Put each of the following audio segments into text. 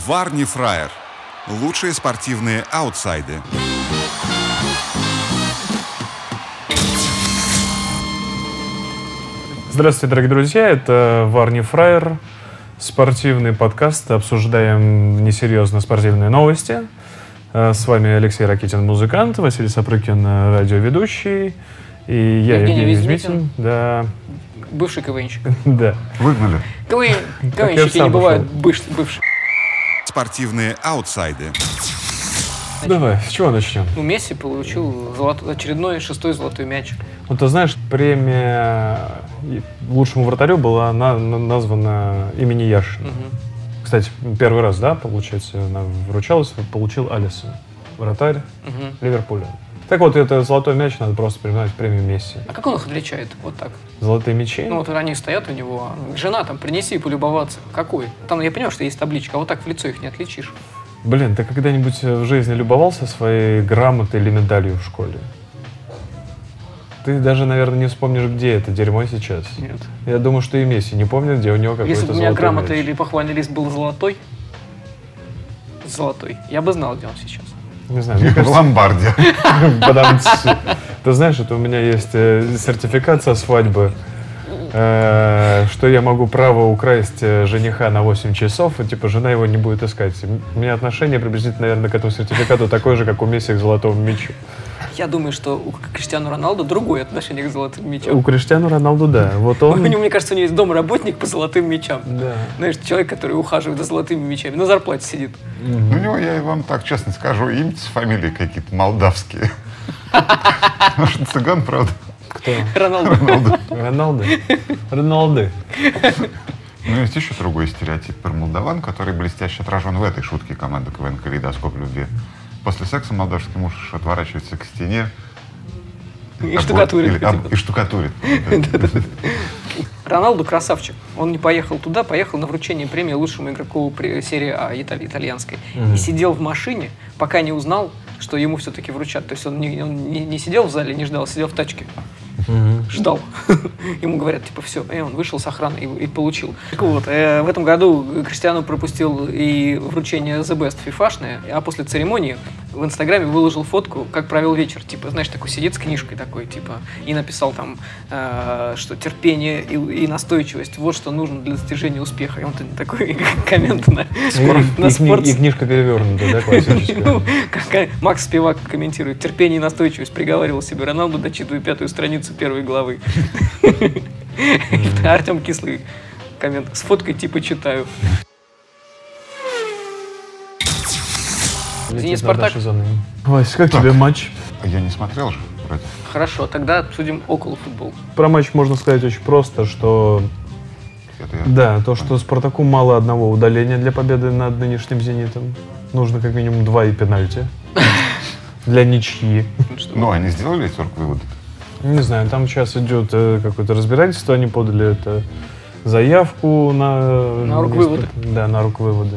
Варни Фраер. Лучшие спортивные аутсайды. Здравствуйте, дорогие друзья, это Варни Фраер, спортивный подкаст, обсуждаем несерьезно спортивные новости. С вами Алексей Ракитин, музыкант, Василий Сапрыкин, радиоведущий, и я, Евгений Визмитин. Да. Бывший КВНщик. Да. Выгнали. КВНщики не бывают бывшие. Спортивные аутсайды. Давай, с чего начнем? Месси получил очередной 6-й золотой мяч. Вот ты знаешь, премия лучшему вратарю была названа имени Яшина. Кстати, первый раз, да, получается, она вручалась, получил Алисон, вратарь Ливерпуля. Так вот, это золотой мяч, надо просто признать премию Месси. А как он их отличает? Вот так. Золотые мячи? Ну вот они стоят у него, жена там, принеси полюбоваться. Какой? Там я понимаю, что есть табличка, а вот так в лицо их не отличишь. Блин, ты когда-нибудь в жизни любовался своей грамотой или медалью в школе? Ты даже, наверное, не вспомнишь, где это дерьмо сейчас. Нет. Я думаю, что и Месси не помнит, где у него какой-то Если бы у золотой меня грамота мяч. или похвальный лист был золотой, я бы знал, где он сейчас. Не знаю, мне кажется... В ломбарде. Ты знаешь, это у меня есть сертификат со свадьбы, что я могу право украсть жениха на 8 часов, и типа жена его не будет искать. У меня отношение приблизительно, наверное, к этому сертификату такое же, как у Месси к золотому мячу. Я думаю, что у Криштиану Роналду другое отношение к золотым мячам. У Криштиану Роналду, да. Вот он... Мне кажется, у него есть домработник по золотым мячам. Да. Знаешь, человек, который ухаживает за золотыми мячами, на зарплате сидит. У него, я вам так честно скажу, имя с фамилией какие-то молдавские. Может, цыган, правда? Кто? Роналду. Роналду. Но есть еще другой стереотип про молдаван, который блестяще отражен в этой шутке команды КВН «Калейдоскоп любви». После секса молдавский муж отворачивается к стене И штукатурит. и штукатурит. Роналду красавчик. Он не поехал туда, поехал на вручение премии лучшему игроку серии А итальянской. И сидел в машине, пока не узнал, что ему все-таки вручат. То есть он не сидел в зале, не ждал, сидел в тачке. Ждал. Ему говорят, типа, все. И он вышел с охраны и получил. Так вот, в этом году Криштиану пропустил и вручение The Best фифашное, а после церемонии в Инстаграме выложил фотку, как провел вечер. Типа, знаешь, такой сидит с книжкой такой, типа, и написал там, что терпение и настойчивость, вот что нужно для достижения успеха. И он такой коммент на спорт. И книжка перевернута, да, классическая. Макс Спивак комментирует: терпение и настойчивость, приговаривал себе Роналду, дочитывая 5-ю страницу 1 главы. Артем Кислый коммент: с фоткой типа читаю. Зенит Спартак. Вась, как тебе матч? Я не смотрел же, вроде. Хорошо, тогда обсудим около футбол. Про матч можно сказать очень просто, что... то, что Спартаку мало одного удаления для победы над нынешним Зенитом. Нужно как минимум 2 и пенальти. Для ничьи. Ну, они сделали эти выводы? Не знаю, там сейчас идет какое-то разбирательство, они подали это заявку на руквыводы. Да, на руквыводы.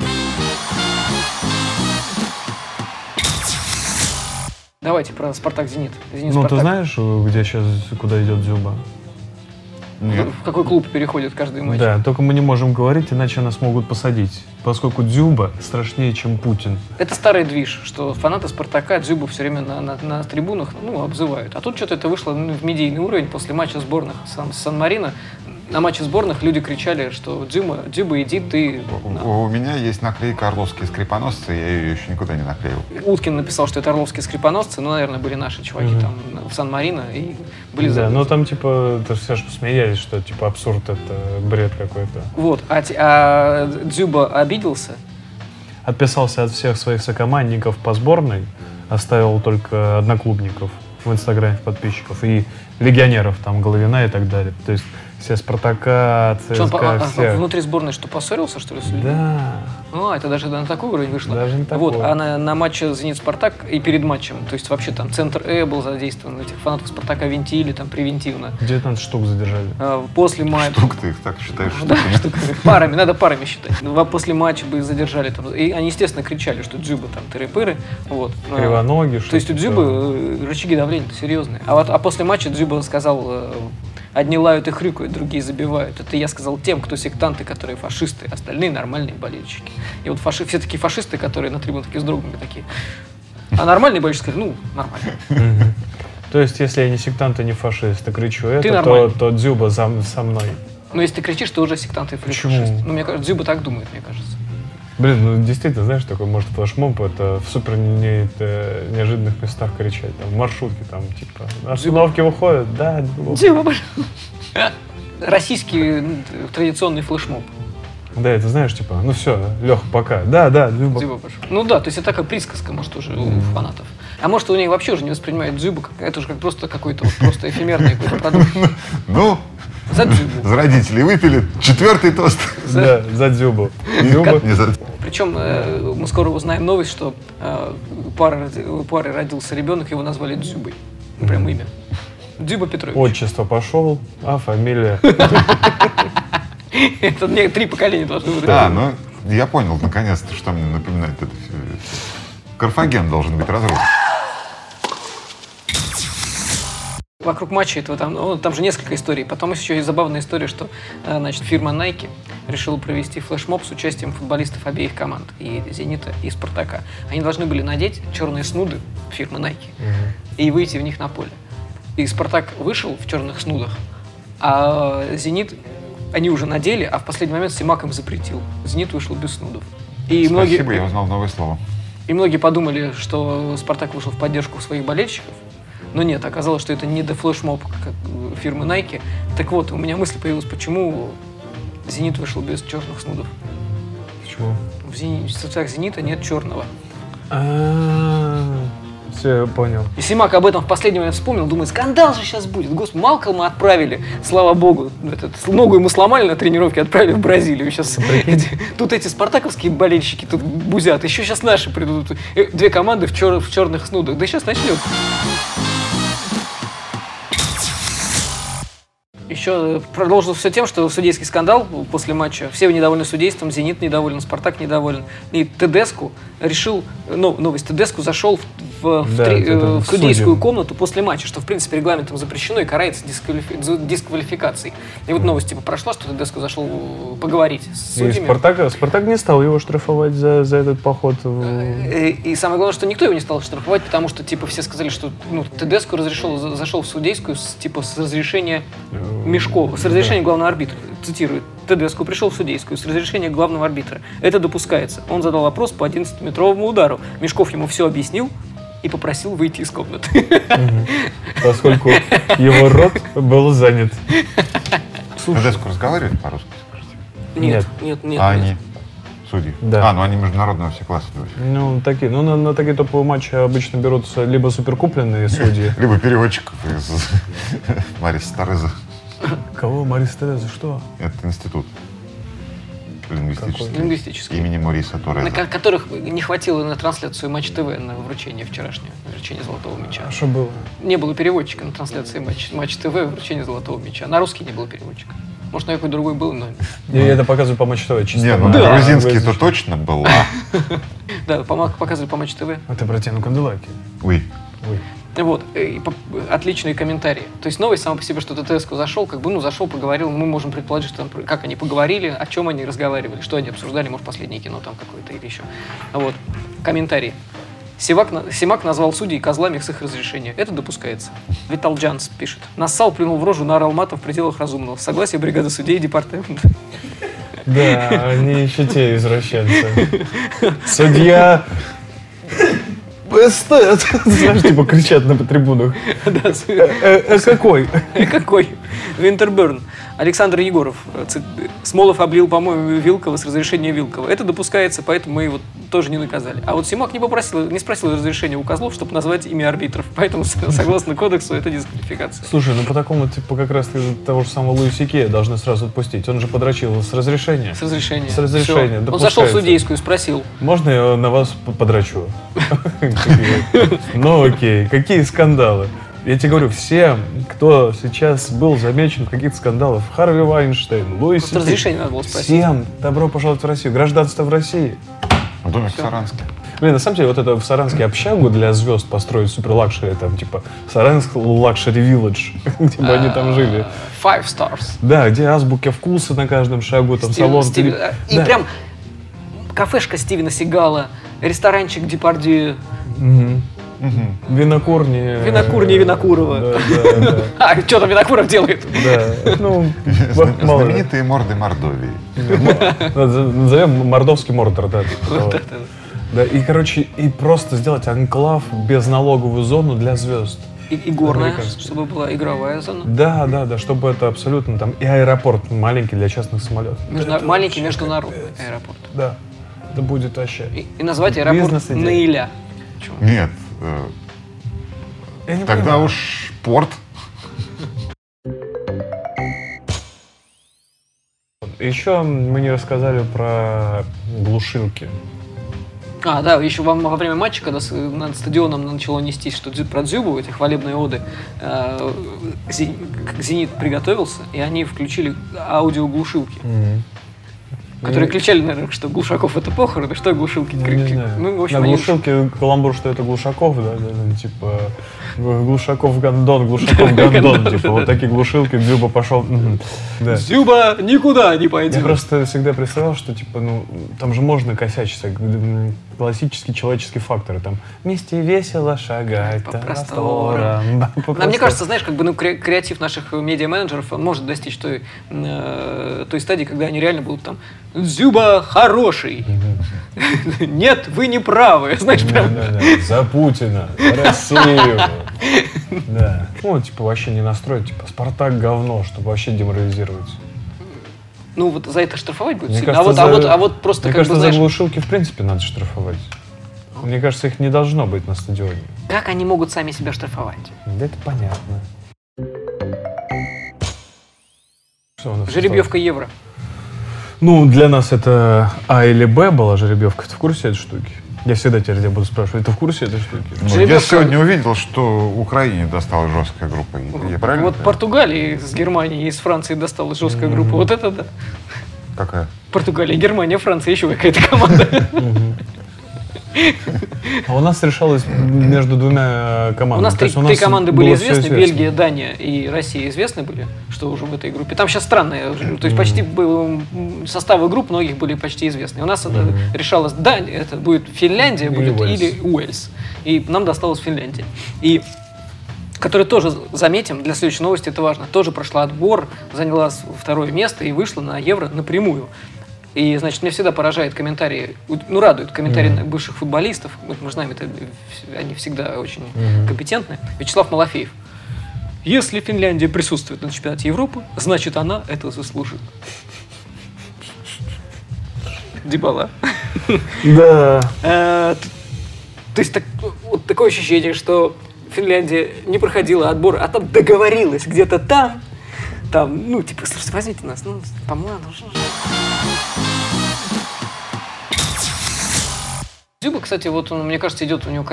Давайте про Спартак-Зенит. Ты знаешь, где сейчас, куда идет Дзюба? Нет. В какой клуб переходит каждый матч? Да, только мы не можем говорить, иначе нас могут посадить. Поскольку Дзюба страшнее, чем Путин. Это старый движ, что фанаты Спартака Дзюбу все время на трибунах обзывают. А тут что-то это вышло в медийный уровень после матча сборных с Сан-Марино. На матче сборных люди кричали, что Дзюба, иди ты. У меня есть наклейка «Орловские скрипоносцы», я ее еще никуда не наклеил. Уткин написал, что это орловские скрипоносцы, наверное, были наши чуваки там в Сан-Марино и были Да, но там типа, ты же все посмеялись, что типа абсурд, это бред какой-то. Вот, а Дзюба обиделся? Отписался от всех своих сокомандников по сборной, оставил только одноклубников в Инстаграме подписчиков и легионеров, там, Головина и так далее. То есть все Спартака, ЦСКА, все. Внутри сборной что, поссорился, что ли, с людьми? Да. Это даже на такой уровень вышло. Даже не такой. Вот, а на матче «Зенит-Спартак» и перед матчем, то есть вообще там центр был задействован, этих фанатов «Спартака» винтили там превентивно. 19 штук задержали. После матча... Штук ты их так считаешь? Да, парами, надо парами считать. После матча бы их задержали там. И они, естественно, кричали, что Дзюба там тыры-пыры. Вот. Кривоногий. То есть у Дзюбы рычаги давления серьезные. А после матча Дзюба сказал Одни лают и хрюкают, другие забивают. Это я сказал тем, кто сектанты, которые фашисты, остальные нормальные болельщики. И вот все такие фашисты, которые на трибунах такие вздрогнули, такие. А нормальные болельщики сказали, ну, нормально. То есть, если я не сектант и не фашист, и кричу это, нормальный. то Дзюба со мной. Но если ты кричишь, ты уже сектант и фашист. Ну, мне кажется, Дзюба так думает, мне кажется. Блин, ну действительно, знаешь, такой, может, флешмоб, это в супер неожиданных местах кричать, там, в маршрутке, там, типа, остановки выходят, да, Дзюба. Российский традиционный флешмоб. Да, это знаешь, типа, ну все, Леха, пока. Да, Дзюба. Дзюба пошел. Ну да, то есть это такая присказка, может, уже у фанатов. А может, у них вообще уже не воспринимают Дзюбу, это уже как просто какой-то вот просто эфемерный какой-то продукт. Ну, за Дзюбу. За родителей выпили 4-й тост. Да, за Дзюбу. Причем мы скоро узнаем новость, что у пары родился ребенок, его назвали Дзюбой. Прям имя. Дзюба Петрович. Отчество пошел, а фамилия... Это мне 3 поколения должны быть. Да, ну я понял, наконец-то, что мне напоминает это все. Карфаген должен быть разрушен. Вокруг матча этого там же несколько историй. Потом еще есть забавная история, что значит, фирма Nike решила провести флешмоб с участием футболистов обеих команд, и «Зенита», и «Спартака». Они должны были надеть черные снуды фирмы Nike и выйти в них на поле. И «Спартак» вышел в черных снудах, а «Зенит» они уже надели, а в последний момент Симак им запретил. «Зенит» вышел без снудов. И Спасибо, я узнал новое слово. И многие подумали, что «Спартак» вышел в поддержку своих болельщиков. Но нет, оказалось, что это не флешмоб фирмы Nike. Так вот, у меня мысль появилась, почему «Зенит» вышел без черных снудов. Почему? В соцсетях «Зенита» нет черного. Все, я понял. И Симак об этом в последний момент вспомнил, думает, скандал же сейчас будет. Господи, Малкольма отправили, слава богу. Ногу ему сломали на тренировке, отправили в Бразилию. Сейчас тут эти спартаковские болельщики тут бузят. Еще сейчас наши придут. 2 команды в черных снудах. Да сейчас начнется. Еще продолжил все тем, что судейский скандал после матча. Все недовольны судейством, «Зенит» недоволен, «Спартак» недоволен. И Тедеску решил, новость, Тедеску зашел в судейскую комнату после матча, что в принципе регламентом запрещено и карается дисквалификацией. И вот новость типа прошла, что Тедеску зашел поговорить с судьями. И Спартак не стал его штрафовать за этот поход. И самое главное, что никто его не стал штрафовать, потому что типа все сказали, что Тедеску зашел в судейскую с разрешения Мешкова, с разрешения главного арбитра. Цитирую. Тедеску пришел в судейскую с разрешения главного арбитра. Это допускается. Он задал вопрос по 11-метровому удару. Мешков ему все объяснил и попросил выйти из комнаты. Поскольку его рот был занят. Тедеску разговаривает по-русски, скажите? Нет. А они? Судьи? Да. Ну они международного все класса. Ну, такие. Ну, на такие топовые матчи обычно берутся либо суперкупленные судьи. Либо переводчиков из Мариса Тореза. Кого? Марис Тереза? Что? Это институт лингвистический. Имени Мориса Тореза. На которых не хватило на трансляцию Матч ТВ на вручение вчерашнее, вручение Золотого Мяча. А что было? Не было переводчика на трансляции Матч ТВ, вручение Золотого Мяча. На русский не было переводчика. Может, на какой другой был, но... Я это показываю по Матч ТВ чисто. Не, ну да. грузинский-то точно был. Да, показывали по Матч ТВ. Это про Тину Канделаки. Ой. Вот, и отличные комментарии. То есть новость сама по себе, что Тедеску зашел, зашел, поговорил, мы можем предположить, что как они поговорили, о чем они разговаривали, что они обсуждали, может, последнее кино там какое-то или еще. Вот, комментарии. Симак назвал судей козлами с их разрешения. Это допускается. Витал Джанс пишет. Нассал, плюнул в рожу, наорал матом в пределах разумного. Согласие бригады судей и департамента. Да, они еще те извращенцы. Судья... Эстет! Знаешь, типа кричат на трибунах. Какой? Какой? Винтерберн. Александр Егоров. Смолов облил, по-моему, Вилкова с разрешения Вилкова. Это допускается, поэтому мы его тоже не наказали. А вот Симак не спросил разрешения у козлов, чтобы назвать имя арбитров. Поэтому, согласно кодексу, это дисквалификация. Слушай, ну по такому, типа, как раз того же самого Луиси Кея должны сразу отпустить. Он же подрочил с разрешения. С разрешения. С разрешения. Он зашел в судейскую и спросил. Можно я на вас подрочу? Ну окей, какие скандалы? Я тебе говорю, всем, кто сейчас был замечен в каких-то скандалах, Харви Вайнштейн, Луиси Кей, разрешение надо было спросить. Всем добро пожаловать в Россию. Гражданство в России. Домик в Саранске. Блин, на самом деле, вот это в Саранске общагу для звезд построить супер-лакшери, там, типа, Саранск Лакшери Вилледж, типа, они там жили. Five Stars. Да, где азбуки вкуса на каждом шагу, там, салон. И прям кафешка Стивена Сигала, ресторанчик Депардье. Винокурни. Винокурни Винокурова. Да. А, что там Винокуров делает? Да, ну, мало ли. Знаменитые морды Мордовии. Назовем мордовский Мордор, да. Да, и, короче, и просто сделать анклав безналоговую зону для звезд. И горная, чтобы была игровая зона. Да, чтобы это абсолютно там и аэропорт маленький для частных самолетов. Маленький международный аэропорт. Да, это будет вообще. И назвать аэропорт Наиля. Нет, Я не тогда понимаю. уж порт. Еще мы не рассказали про глушилки. А, да, еще во время матча, когда над стадионом начало нестись, что про Дзюбу, эти хвалебные оды, «Зенит» приготовился, и они включили аудиоглушилки, которые кричали, наверное, что Глушаков — это похороны, что глушилки кричали. Ну, в общем, на они... глушилке каламбур, что это Глушаков, да, типа Глушаков Гондон, типа вот такие глушилки, Дзюба пошел. Да. Дзюба никуда не пойдет. Я просто всегда представлял, что типа, ну, там же можно косячиться, классические человеческие факторы, там, вместе весело шагать, По по просторам. просторам. А мне кажется, знаешь, как бы, ну, креатив наших медиа-менеджеров может достичь той стадии, когда они реально будут там: Дзюба хороший. Нет, вы не правы. Знаешь, прям. Да. За Путина, за Россию. Да. Ну, типа, вообще не настроить, типа, Спартак говно, чтобы вообще деморализировать. Ну, вот за это штрафовать будет Мне сильно. кажется, А вот просто, мне как кажется, бы, за знаешь, глушилки, в принципе, надо штрафовать. Мне кажется, их не должно быть на стадионе. как они могут сами себя штрафовать? Да это понятно. Что у нас Жеребьевка Евро. осталось? Ну, для нас это А или Б была жеребьевка. Ты в курсе этой штуки? Я всегда тебя буду спрашивать, ты в курсе этой штуки? Ну, я Жеребьевка- сегодня увидел, что Украине досталась жесткая группа. Я правильно Вот понимаю? Португалии с Германией и с Францией досталась жесткая группа. Вот это да. Какая? Португалия, Германия, Франция, еще какая-то команда. А у нас решалось между двумя командами. У нас То есть три команды были было всё известны, Бельгия, Дания и Россия известны были, что уже в этой группе. Там сейчас странные, то есть почти составы групп многих были почти известны. У нас решалось, Дания, это будет Финляндия будет, Уэльс. или Уэльс. И нам досталась Финляндия. И которая тоже, заметим, для следующей новости это важно, тоже прошла отбор, заняла второе место и вышла на Евро напрямую. И, значит, меня всегда поражает комментарии, ну, радуют комментарии бывших футболистов. Вот мы знаем, это, они всегда очень компетентны. Вячеслав Малафеев. Если Финляндия присутствует на чемпионате Европы, значит, она это заслужила. Дибала. Да. То есть вот такое ощущение, что Финляндия не проходила отбор, а там договорилась где-то там, ну, типа, слушайте, возьмите нас, ну, по-моему, Дзюба, кстати, вот он, мне кажется, идет у него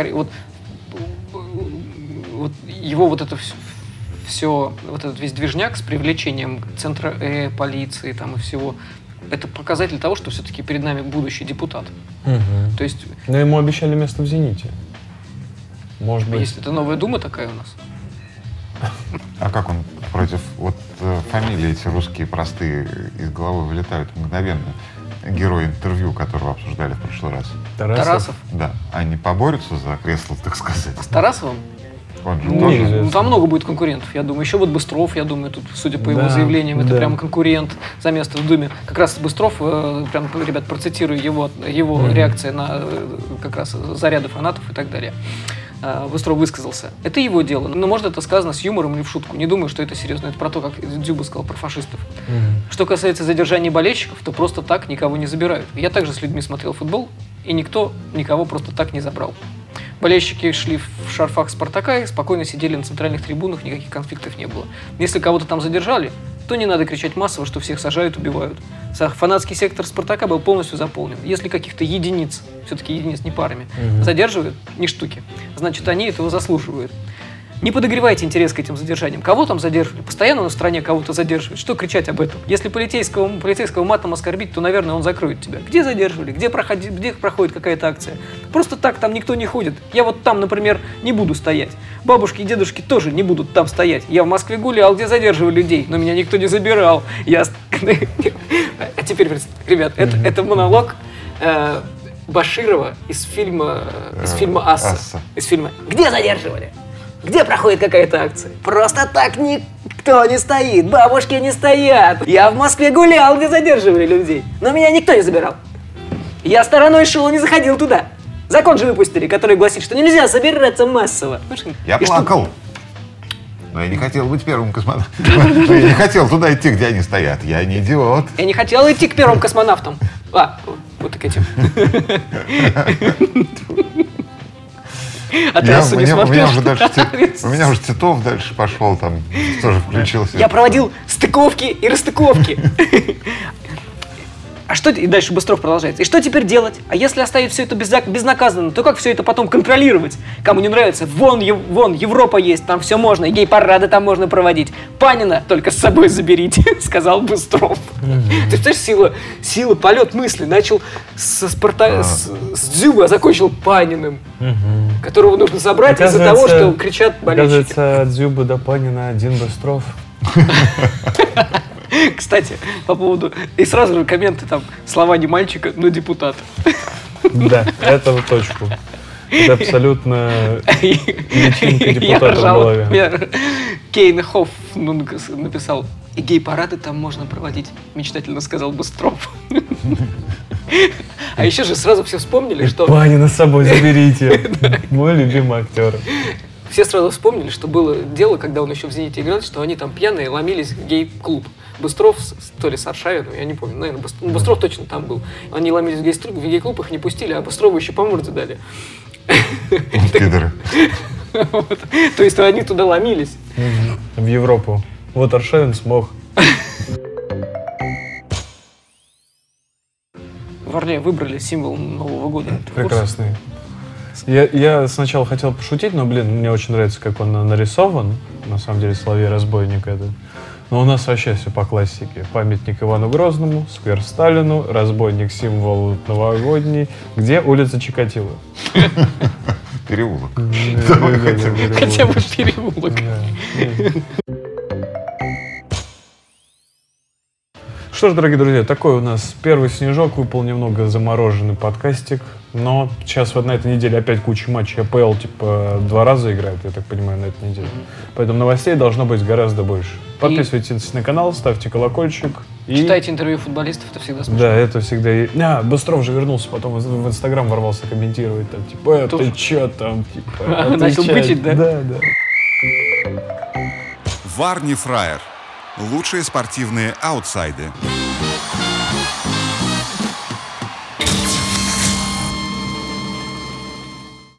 вот его вот это все, вот этот весь движняк с привлечением центра полиции там и всего, это показатель того, что все-таки перед нами будущий депутат. То есть, Но ему обещали место в «Зените». Может быть. если это новая дума такая у нас. А как он против... Вот фамилии эти русские простые из головы вылетают мгновенно. Герой интервью, которого обсуждали в прошлый раз. Тарасов. Да. Они поборются за кресло, так сказать. А с Тарасовым? Он же Ну, тоже... неизвестно. Ну, там много будет конкурентов, я думаю. Еще вот Быстров, я думаю, тут, судя по его Да, заявлениям, это да. прям конкурент за место в Думе. Как раз Быстров, прям, ребят, процитирую его реакция на как раз заряды фанатов и так далее. Быстров высказался. Это его дело, но может это сказано с юмором или в шутку. Не думаю, что это серьезно. Это про то, как Дзюба сказал про фашистов. Что касается задержания болельщиков, то просто так никого не забирают. Я также с людьми смотрел футбол, и никто никого просто так не забрал. Болельщики шли в шарфах «Спартака» и спокойно сидели на центральных трибунах, никаких конфликтов не было. Если кого-то там задержали, то не надо кричать массово, что всех сажают, убивают. Фанатский сектор «Спартака» был полностью заполнен. Если каких-то единиц, все-таки единиц, не парами, задерживают, не штуки, значит, они этого заслуживают. Не подогревайте интерес к этим задержаниям. Кого там задерживали? Постоянно на стране кого-то задерживают. Что кричать об этом? Если полицейского матом оскорбить, то, наверное, он закроет тебя. Где задерживали? Где проходит какая-то акция? Просто так там никто не ходит. Я вот там, например, не буду стоять. Бабушки и дедушки тоже не будут там стоять. Я в Москве гулял, где задерживали людей, но меня никто не забирал. А теперь, ребят, это монолог Баширова из фильма «Асса». Из фильма «Где задерживали? Где проходит какая-то акция? Просто так никто не стоит, бабушки не стоят. Я в Москве гулял, где задерживали людей, но меня никто не забирал. Я стороной шел и не заходил туда. Закон же выпустили, который гласит, что нельзя собираться массово. Я плакал. Но я не хотел быть первым космонавтом. Я не хотел туда идти, где они стоят. Я не идиот. Я не хотел идти к первым космонавтам. Вот к этим. А трассу не смотрел? У меня уже Титов дальше пошел, там тоже включился. Я проводил стыковки и расстыковки. А что, и дальше Быстров продолжается. И что теперь делать? А если оставить все это безнаказанно, то как все это потом контролировать? Кому не нравится, вон Европа есть, там все можно, и гей-парады там можно проводить. Панина только с собой заберите, сказал Быстров. Ты представляешь, сила, полет мысли. Начал с Дзюбы, а закончил Паниным, которого нужно забрать из-за того, что кричат болельщики. Оказывается, от Дзюбы до Панина один Быстров. Кстати, по поводу... И сразу же комменты там, слова не мальчика, но депутата. Да, это в точку. Это абсолютно личинка депутата в голове. Кейн Хофф написал, и гей-парады там можно проводить, мечтательно сказал Быстров. А еще же сразу все вспомнили, что... Панина с собой заберите. Мой любимый актер. Все сразу вспомнили, что было дело, когда он еще в «Зените» играл, что они там пьяные ломились в гей-клуб. Быстров, то ли с Аршавиным, я не помню, наверное, Быстров точно там был. Они ломились в гей-клуб, их не пустили, а Быстрову еще по морде дали. Пидоры. То есть они туда ломились. В Европу. Вот Аршавин смог. В Орле выбрали символ Нового года. Прекрасный. Я сначала хотел пошутить, но, мне очень нравится, как он нарисован. На самом деле, соловей-разбойник этот. Но у нас вообще все по классике. Памятник Ивану Грозному, сквер Сталину, разбойник, символ новогодний. Где улица Чикатило? Переулок. Хотя бы переулок. Что ж, дорогие друзья, такой у нас первый снежок, выпал немного замороженный подкастик, но сейчас вот на этой неделе опять куча матчей АПЛ, 2 раза играет, я так понимаю, на этой неделе. Поэтому новостей должно быть гораздо больше. Подписывайтесь на канал, ставьте колокольчик. Читайте интервью футболистов, это всегда смешно. Да, это всегда... Быстров же вернулся, потом в Инстаграм ворвался комментировать, там, ты чё там, начал бычить, да? Да. Вар не фраер. Лучшие спортивные аутсайды.